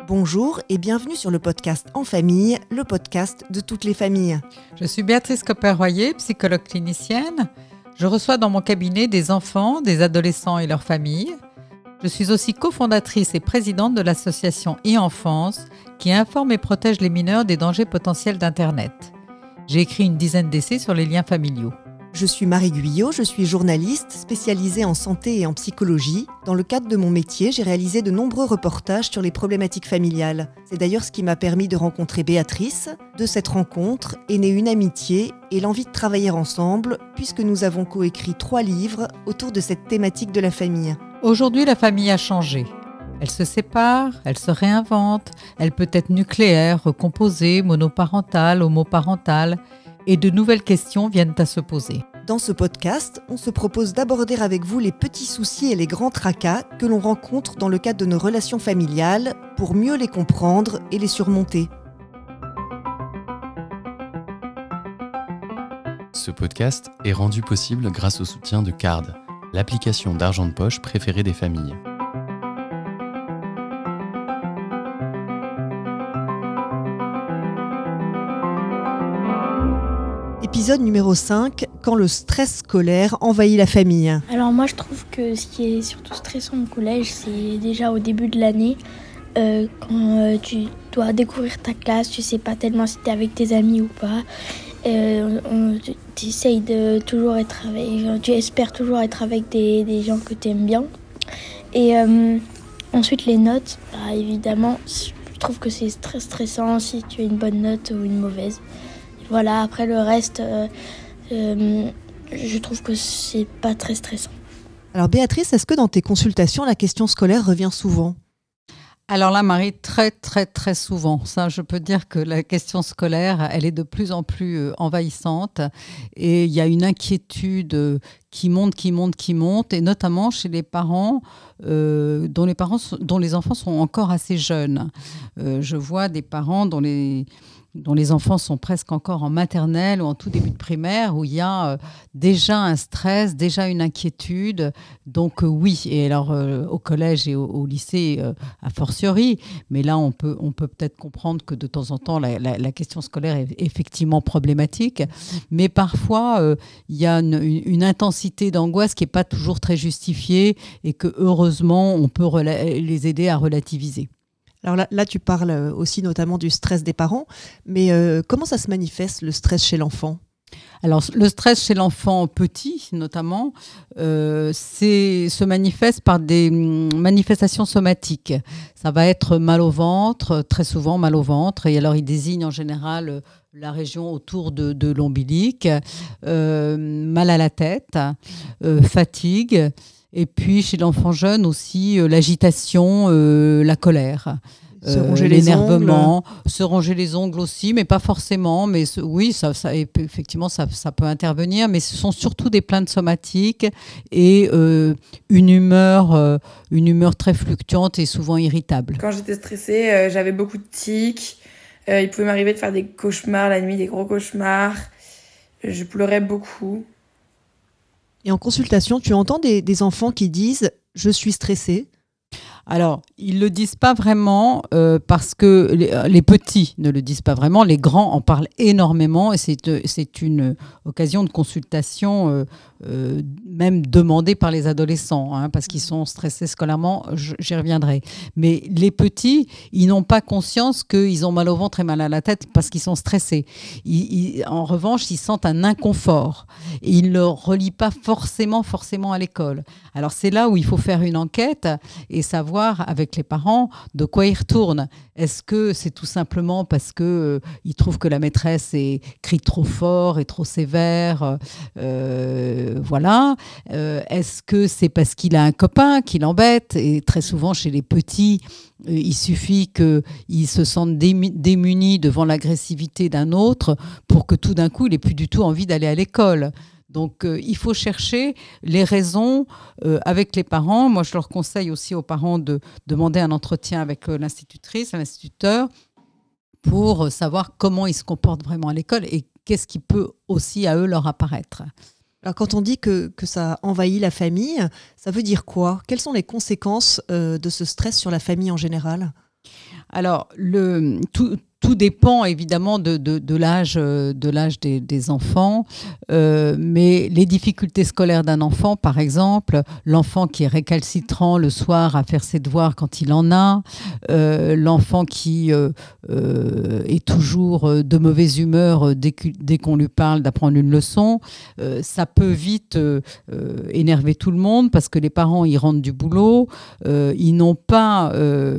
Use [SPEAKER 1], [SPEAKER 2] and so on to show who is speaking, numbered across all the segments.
[SPEAKER 1] Bonjour et bienvenue sur le podcast En Famille, le podcast de toutes les familles.
[SPEAKER 2] Je suis Béatrice Copper-Royer, psychologue clinicienne. Je reçois dans mon cabinet des enfants, des adolescents et leurs familles. Je suis aussi cofondatrice et présidente de l'association e-Enfance qui informe et protège les mineurs des dangers potentiels d'Internet. J'ai écrit une dizaine d'essais sur les liens familiaux.
[SPEAKER 1] Je suis Marie Guyot, je suis journaliste spécialisée en santé et en psychologie. Dans le cadre de mon métier, j'ai réalisé de nombreux reportages sur les problématiques familiales. C'est d'ailleurs ce qui m'a permis de rencontrer Béatrice. De cette rencontre est née une amitié et l'envie de travailler ensemble, puisque nous avons coécrit 3 livres autour de cette thématique de la famille.
[SPEAKER 2] Aujourd'hui, la famille a changé. Elle se sépare, elle se réinvente, elle peut être nucléaire, recomposée, monoparentale, homoparentale, et de nouvelles questions viennent à se poser.
[SPEAKER 1] Dans ce podcast, on se propose d'aborder avec vous les petits soucis et les grands tracas que l'on rencontre dans le cadre de nos relations familiales pour mieux les comprendre et les surmonter.
[SPEAKER 3] Ce podcast est rendu possible grâce au soutien de Card, l'application d'argent de poche préférée des familles.
[SPEAKER 1] Épisode numéro 5, quand le stress scolaire envahit la famille.
[SPEAKER 4] Alors moi je trouve que ce qui est surtout stressant au collège, c'est déjà au début de l'année, quand tu dois découvrir ta classe, tu sais pas tellement si tu es avec tes amis ou pas. Tu essayes de toujours être avec, tu espères toujours être avec des gens que tu aimes bien. Et ensuite les notes, évidemment, je trouve que c'est très stressant si tu as une bonne note ou une mauvaise. Voilà, après le reste, je trouve que c'est pas très stressant.
[SPEAKER 1] Alors Béatrice, est-ce que dans tes consultations, la question scolaire revient souvent ?
[SPEAKER 2] Alors là, Marie, très souvent. Ça, je peux dire que la question scolaire, elle est de plus en plus envahissante. Et il y a une inquiétude qui monte, et notamment chez les parents, dont les enfants sont encore assez jeunes. Je vois des parents dont les enfants sont presque encore en maternelle ou en tout début de primaire, où il y a déjà un stress, déjà une inquiétude. Donc oui, et alors au collège et au lycée, a fortiori, mais là on peut peut-être comprendre que de temps en temps, la question scolaire est effectivement problématique, mais parfois il y a une intensité d'angoisse qui n'est pas toujours très justifiée et que heureusement, on peut les aider à relativiser.
[SPEAKER 1] Alors là, tu parles aussi notamment du stress des parents, mais comment ça se manifeste, le stress chez l'enfant ?
[SPEAKER 2] Alors, le stress chez l'enfant petit, notamment, se manifeste par des manifestations somatiques. Ça va être mal au ventre, très souvent mal au ventre, et alors il désigne en général la région autour de l'ombilic, mal à la tête, fatigue. Et puis, chez l'enfant jeune aussi, l'agitation, la colère.
[SPEAKER 1] Se ronger
[SPEAKER 2] l'énervement, se ronger les ongles aussi, mais pas forcément. Mais oui, effectivement, ça peut intervenir. Mais ce sont surtout des plaintes somatiques et une humeur très fluctuante et souvent irritable.
[SPEAKER 5] Quand j'étais stressée, j'avais beaucoup de tics. Il pouvait m'arriver de faire des cauchemars la nuit, des gros cauchemars. Je pleurais beaucoup.
[SPEAKER 1] Et en consultation, tu entends des enfants qui disent « je suis stressé ».
[SPEAKER 2] Alors, ils ne le disent pas vraiment parce que les petits ne le disent pas vraiment. Les grands en parlent énormément et c'est une occasion de consultation même demandée par les adolescents, parce qu'ils sont stressés scolairement, j'y reviendrai. Mais les petits, ils n'ont pas conscience qu'ils ont mal au ventre et mal à la tête parce qu'ils sont stressés. En revanche, ils sentent un inconfort et ils ne le relient pas forcément à l'école. Alors, c'est là où il faut faire une enquête et savoir avec les parents de quoi ils retournent. Est-ce que c'est tout simplement parce que ils trouvent que la maîtresse crie trop fort et trop sévère, voilà. Est-ce que c'est parce qu'il a un copain qui l'embête? Et très souvent chez les petits, il suffit qu'ils se sentent démunis devant l'agressivité d'un autre pour que tout d'un coup, il n'ait plus du tout envie d'aller à l'école. Donc, il faut chercher les raisons avec les parents. Moi, je leur conseille aussi aux parents de demander un entretien avec l'institutrice, l'instituteur, pour savoir comment ils se comportent vraiment à l'école et qu'est-ce qui peut aussi à eux leur apparaître.
[SPEAKER 1] Alors, quand on dit que ça envahit la famille, ça veut dire quoi ? Quelles sont les conséquences de ce stress sur la famille en général ?
[SPEAKER 2] Alors, tout dépend évidemment de l'âge des enfants, mais les difficultés scolaires d'un enfant, par exemple, l'enfant qui est récalcitrant le soir à faire ses devoirs quand il en a, l'enfant qui est toujours de mauvaise humeur dès qu'on lui parle d'apprendre une leçon, ça peut vite énerver tout le monde parce que les parents, ils rentrent du boulot, ils n'ont pas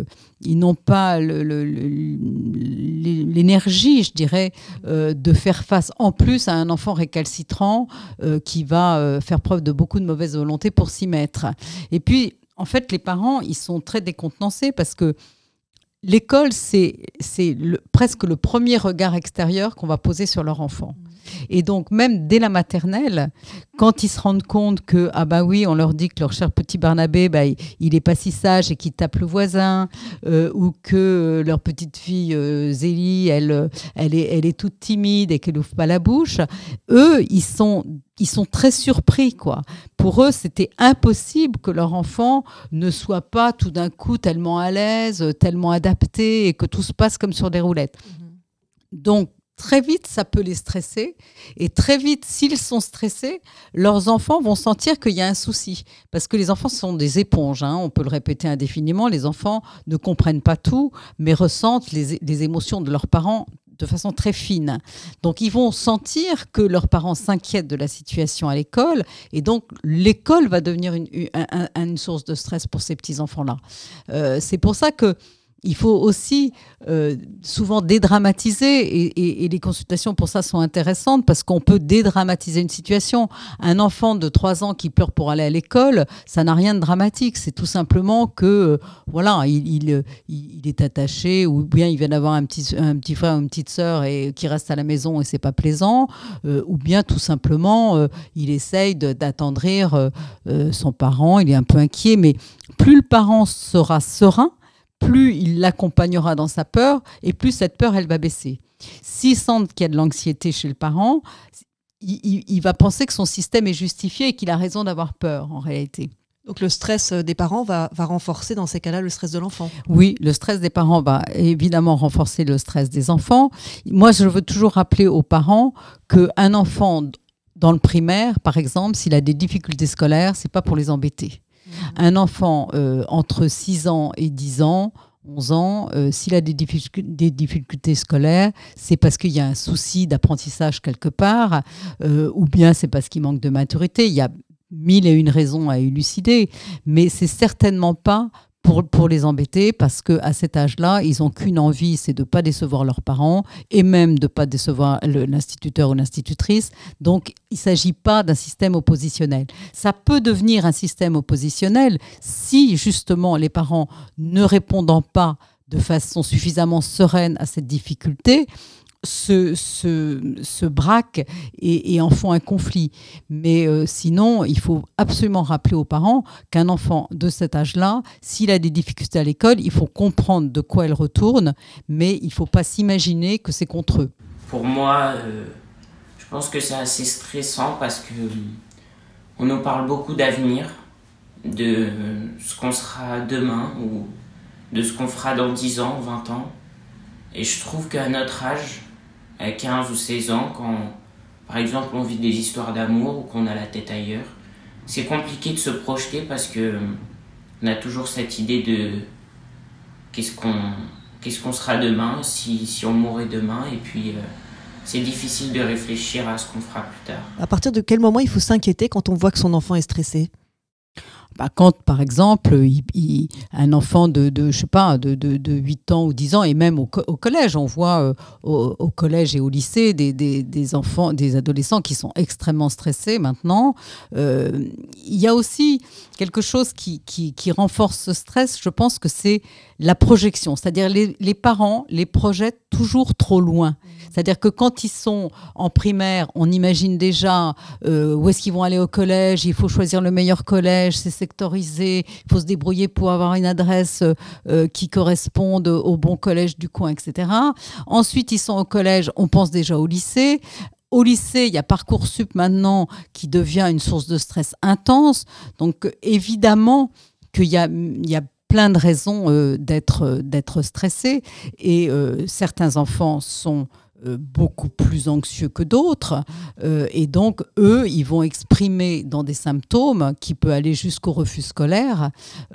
[SPEAKER 2] l'énergie, je dirais, de faire face en plus à un enfant récalcitrant qui va faire preuve de beaucoup de mauvaise volonté pour s'y mettre. Et puis, en fait, les parents, ils sont très décontenancés parce que l'école, c'est presque le premier regard extérieur qu'on va poser sur leur enfant. Et donc, même dès la maternelle, quand ils se rendent compte que, ah bah oui, on leur dit que leur cher petit Barnabé, bah, il n'est pas si sage et qu'il tape le voisin, ou que leur petite fille Zélie, elle est toute timide et qu'elle n'ouvre pas la bouche, eux, ils sont très surpris, quoi. Pour eux, c'était impossible que leur enfant ne soit pas tout d'un coup tellement à l'aise, tellement adapté et que tout se passe comme sur des roulettes. Donc, très vite, ça peut les stresser. Et très vite, s'ils sont stressés, leurs enfants vont sentir qu'il y a un souci. Parce que les enfants sont des éponges, hein, on peut le répéter indéfiniment. Les enfants ne comprennent pas tout, mais ressentent les émotions de leurs parents de façon très fine. Donc, ils vont sentir que leurs parents s'inquiètent de la situation à l'école. Et donc, l'école va devenir une source de stress pour ces petits-enfants-là. C'est pour ça que il faut aussi souvent dédramatiser et les consultations pour ça sont intéressantes parce qu'on peut dédramatiser une situation. Un enfant de 3 ans qui pleure pour aller à l'école, ça n'a rien de dramatique. C'est tout simplement que voilà, il est attaché ou bien il vient d'avoir un petit frère ou une petite sœur et qui reste à la maison et c'est pas plaisant, ou bien tout simplement il essaye d'attendrir son parent, il est un peu inquiet, mais plus le parent sera serein, plus il l'accompagnera dans sa peur et plus cette peur, elle va baisser. S'il sent qu'il y a de l'anxiété chez le parent, il va penser que son système est justifié et qu'il a raison d'avoir peur en réalité.
[SPEAKER 1] Donc le stress des parents va renforcer dans ces cas-là le stress de l'enfant.
[SPEAKER 2] Oui, le stress des parents va évidemment renforcer le stress des enfants. Moi, je veux toujours rappeler aux parents qu'un enfant dans le primaire, par exemple, s'il a des difficultés scolaires, c'est pas pour les embêter. Un enfant entre 6 ans et 10 ans, 11 ans, s'il a des difficultés scolaires, c'est parce qu'il y a un souci d'apprentissage quelque part, ou bien c'est parce qu'il manque de maturité. Il y a 1001 raisons à élucider, mais c'est certainement pas pour les embêter, parce qu'à cet âge-là, ils n'ont qu'une envie, c'est de ne pas décevoir leurs parents et même de ne pas décevoir l'instituteur ou l'institutrice. Donc, il ne s'agit pas d'un système oppositionnel. Ça peut devenir un système oppositionnel si, justement, les parents ne répondant pas de façon suffisamment sereine à cette difficulté, se braquent et en font un conflit. Mais sinon, il faut absolument rappeler aux parents qu'un enfant de cet âge-là, s'il a des difficultés à l'école, il faut comprendre de quoi elle retourne, mais il ne faut pas s'imaginer que c'est contre eux.
[SPEAKER 6] Pour moi, je pense que c'est assez stressant parce que on nous parle beaucoup d'avenir, de ce qu'on sera demain ou de ce qu'on fera dans 10 ans, 20 ans. Et je trouve qu'à notre âge, à 15 ou 16 ans, quand par exemple on vit des histoires d'amour ou qu'on a la tête ailleurs, c'est compliqué de se projeter parce que on a toujours cette idée de qu'est-ce qu'on sera demain, si on mourrait demain, et puis c'est difficile de réfléchir à ce qu'on fera plus tard.
[SPEAKER 1] À partir de quel moment il faut s'inquiéter quand on voit que son enfant est stressé ?
[SPEAKER 2] Quand, par exemple, un enfant de 8 ans ou 10 ans, et même au collège, on voit au collège et au lycée des enfants, des adolescents qui sont extrêmement stressés maintenant. Il y a aussi quelque chose qui renforce ce stress, je pense que c'est la projection. C'est-à-dire les parents les projettent toujours trop loin. C'est-à-dire que quand ils sont en primaire, on imagine déjà où est-ce qu'ils vont aller au collège, il faut choisir le meilleur collège, c'est sectorisé, il faut se débrouiller pour avoir une adresse qui corresponde au bon collège du coin, etc. Ensuite, ils sont au collège, on pense déjà au lycée. Au lycée, il y a Parcoursup maintenant qui devient une source de stress intense. Donc, évidemment qu'il y a plein de raisons d'être stressés. Et certains enfants sont beaucoup plus anxieux que d'autres. Et donc, eux, ils vont exprimer dans des symptômes qui peuvent aller jusqu'au refus scolaire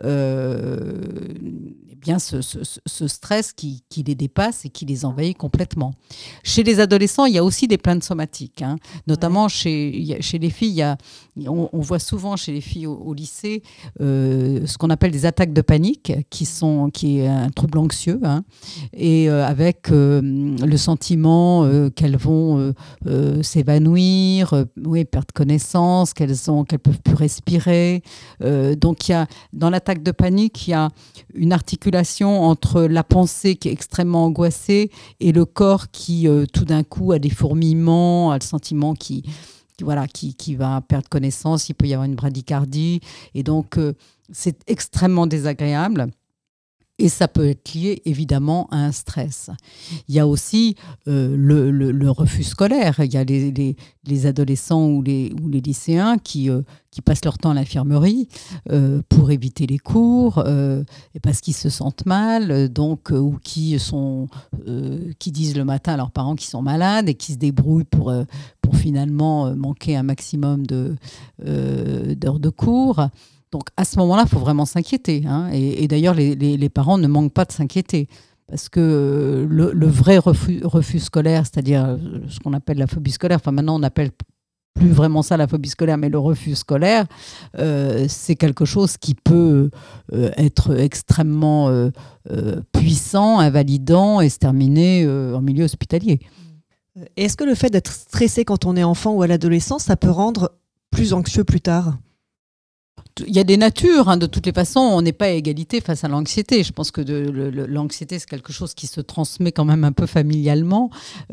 [SPEAKER 2] eh bien, ce stress qui les dépasse et qui les envahit complètement. Chez les adolescents, il y a aussi des plaintes somatiques. Hein. Notamment chez les filles, on voit souvent chez les filles au lycée ce qu'on appelle des attaques de panique, qui est un trouble anxieux, hein, et avec le sentiment qu'elles vont s'évanouir, perdre connaissance, qu'elles peuvent plus respirer. Donc dans l'attaque de panique, il y a une articulation entre la pensée qui est extrêmement angoissée et le corps qui tout d'un coup a des fourmillements, a le sentiment qui va perdre connaissance, il peut y avoir une bradycardie, et donc c'est extrêmement désagréable. Et ça peut être lié évidemment à un stress. Il y a aussi le refus scolaire. Il y a les adolescents ou les lycéens qui passent leur temps à l'infirmerie pour éviter les cours, et parce qu'ils se sentent mal, ou qui disent le matin à leurs parents qu'ils sont malades et qui se débrouillent pour finalement manquer un maximum d'heures de cours. Donc, à ce moment-là, il faut vraiment s'inquiéter. Hein. Et d'ailleurs, les parents ne manquent pas de s'inquiéter. Parce que le vrai refus scolaire, c'est-à-dire ce qu'on appelle la phobie scolaire, enfin maintenant on n'appelle plus vraiment ça la phobie scolaire, mais le refus scolaire, c'est quelque chose qui peut être extrêmement puissant, invalidant et se terminer en milieu hospitalier.
[SPEAKER 1] Et est-ce que le fait d'être stressé quand on est enfant ou à l'adolescence, ça peut rendre plus anxieux plus tard ?
[SPEAKER 2] Il y a des natures, hein, de toutes les façons, on n'est pas à égalité face à l'anxiété. Je pense que l'anxiété, c'est quelque chose qui se transmet quand même un peu familialement.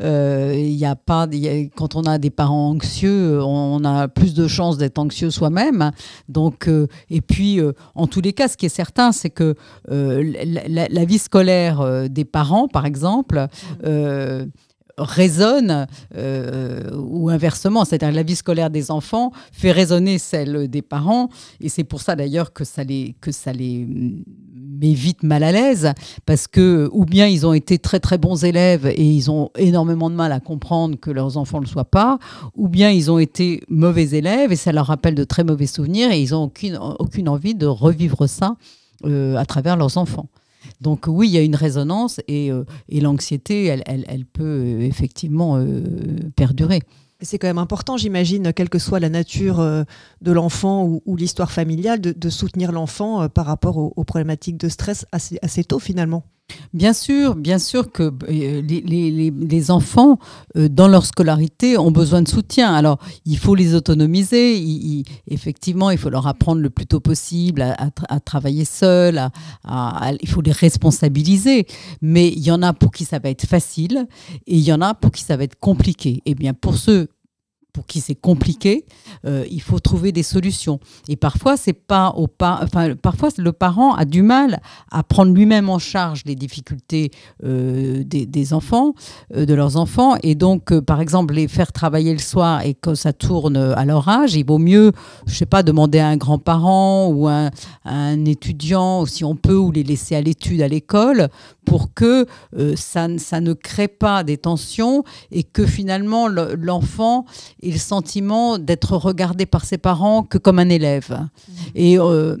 [SPEAKER 2] Quand on a des parents anxieux, on a plus de chances d'être anxieux soi-même. Donc, et puis, en tous les cas, ce qui est certain, c'est que la vie scolaire des parents, par exemple, résonne ou inversement, c'est-à-dire la vie scolaire des enfants fait résonner celle des parents, et c'est pour ça d'ailleurs que ça les met vite mal à l'aise, parce que ou bien ils ont été très très bons élèves et ils ont énormément de mal à comprendre que leurs enfants ne le soient pas, ou bien ils ont été mauvais élèves et ça leur rappelle de très mauvais souvenirs et ils n'ont aucune envie de revivre ça à travers leurs enfants. Donc oui, il y a une résonance et l'anxiété, elle peut effectivement perdurer.
[SPEAKER 1] C'est quand même important, j'imagine, quelle que soit la nature de l'enfant ou l'histoire familiale, de soutenir l'enfant par rapport aux problématiques de stress assez tôt finalement.
[SPEAKER 2] Bien sûr que les enfants, dans leur scolarité, ont besoin de soutien. Alors, il faut les autonomiser. Effectivement, il faut leur apprendre le plus tôt possible à travailler seuls. Il faut les responsabiliser. Mais il y en a pour qui ça va être facile et il y en a pour qui ça va être compliqué. Eh bien, pour ceux pour qui c'est compliqué, il faut trouver des solutions. Et parfois, parfois, le parent a du mal à prendre lui-même en charge les difficultés des enfants, de leurs enfants. Et donc, par exemple, les faire travailler le soir et que ça tourne à leur âge, il vaut mieux, je sais pas, demander à un grand-parent ou à un étudiant, si on peut, ou les laisser à l'étude à l'école, pour que ça ne crée pas des tensions et que finalement, l'enfant et le sentiment d'être regardé par ses parents que comme un élève. Et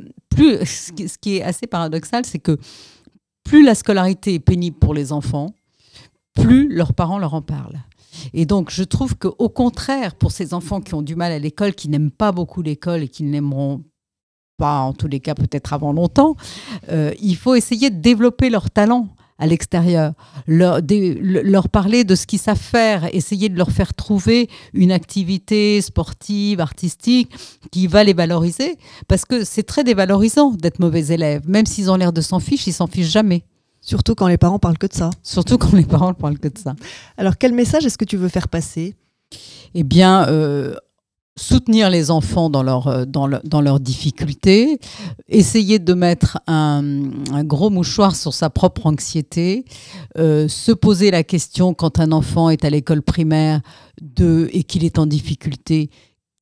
[SPEAKER 2] ce qui est assez paradoxal, c'est que plus la scolarité est pénible pour les enfants, plus leurs parents leur en parlent. Et donc, je trouve qu'au contraire, pour ces enfants qui ont du mal à l'école, qui n'aiment pas beaucoup l'école et qui ne l'aimeront pas, en tous les cas peut-être avant longtemps, il faut essayer de développer leur talent à l'extérieur, leur parler de ce qu'ils savent faire, essayer de leur faire trouver une activité sportive, artistique, qui va les valoriser, parce que c'est très dévalorisant d'être mauvais élève. Même s'ils ont l'air de s'en ficher, ils s'en fichent jamais.
[SPEAKER 1] Surtout quand les parents parlent que de ça.
[SPEAKER 2] Surtout quand les parents parlent que de ça.
[SPEAKER 1] Alors, quel message est-ce que tu veux faire passer ?
[SPEAKER 2] Eh bien, soutenir les enfants dans leurs difficultés, essayer de mettre un gros mouchoir sur sa propre anxiété, se poser la question quand un enfant est à l'école primaire et qu'il est en difficulté,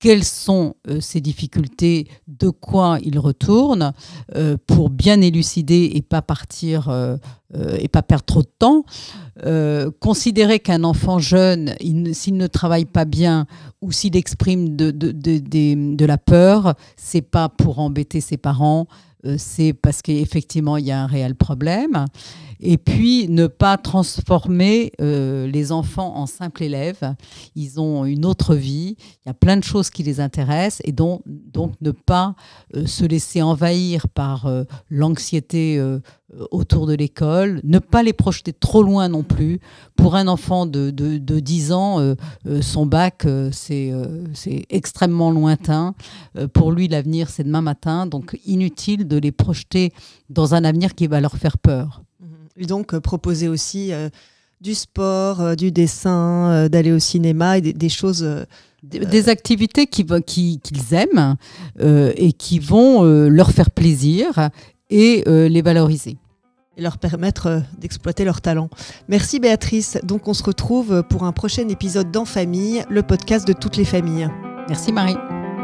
[SPEAKER 2] quelles sont ses difficultés, de quoi il retourne, pour bien élucider et pas partir et pas perdre trop de temps. Considérer qu'un enfant jeune, s'il ne travaille pas bien ou s'il exprime de la peur, c'est pas pour embêter ses parents, c'est parce qu'effectivement il y a un réel problème. Et puis ne pas transformer les enfants en simples élèves. Ils ont une autre vie, il y a plein de choses qui les intéressent, et donc ne pas se laisser envahir par l'anxiété autour de l'école, ne pas les projeter trop loin non plus. Pour un enfant de 10 ans, son bac, c'est extrêmement lointain. Pour lui, l'avenir, c'est demain matin. Donc, inutile de les projeter dans un avenir qui va leur faire peur.
[SPEAKER 1] Et donc, proposer aussi du sport, du dessin, d'aller au cinéma, et des choses...
[SPEAKER 2] Des activités qu'ils aiment et qui vont leur faire plaisir et les valoriser.
[SPEAKER 1] Et leur permettre d'exploiter leurs talents. Merci Béatrice. Donc on se retrouve pour un prochain épisode d'En Famille, le podcast de toutes les familles.
[SPEAKER 2] Merci Marie.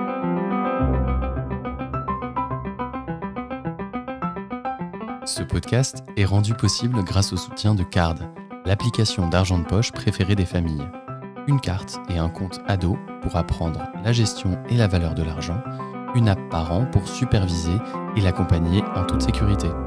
[SPEAKER 3] Ce podcast est rendu possible grâce au soutien de Card, l'application d'argent de poche préférée des familles. Une carte et un compte ado pour apprendre la gestion et la valeur de l'argent, une app par an pour superviser et l'accompagner en toute sécurité.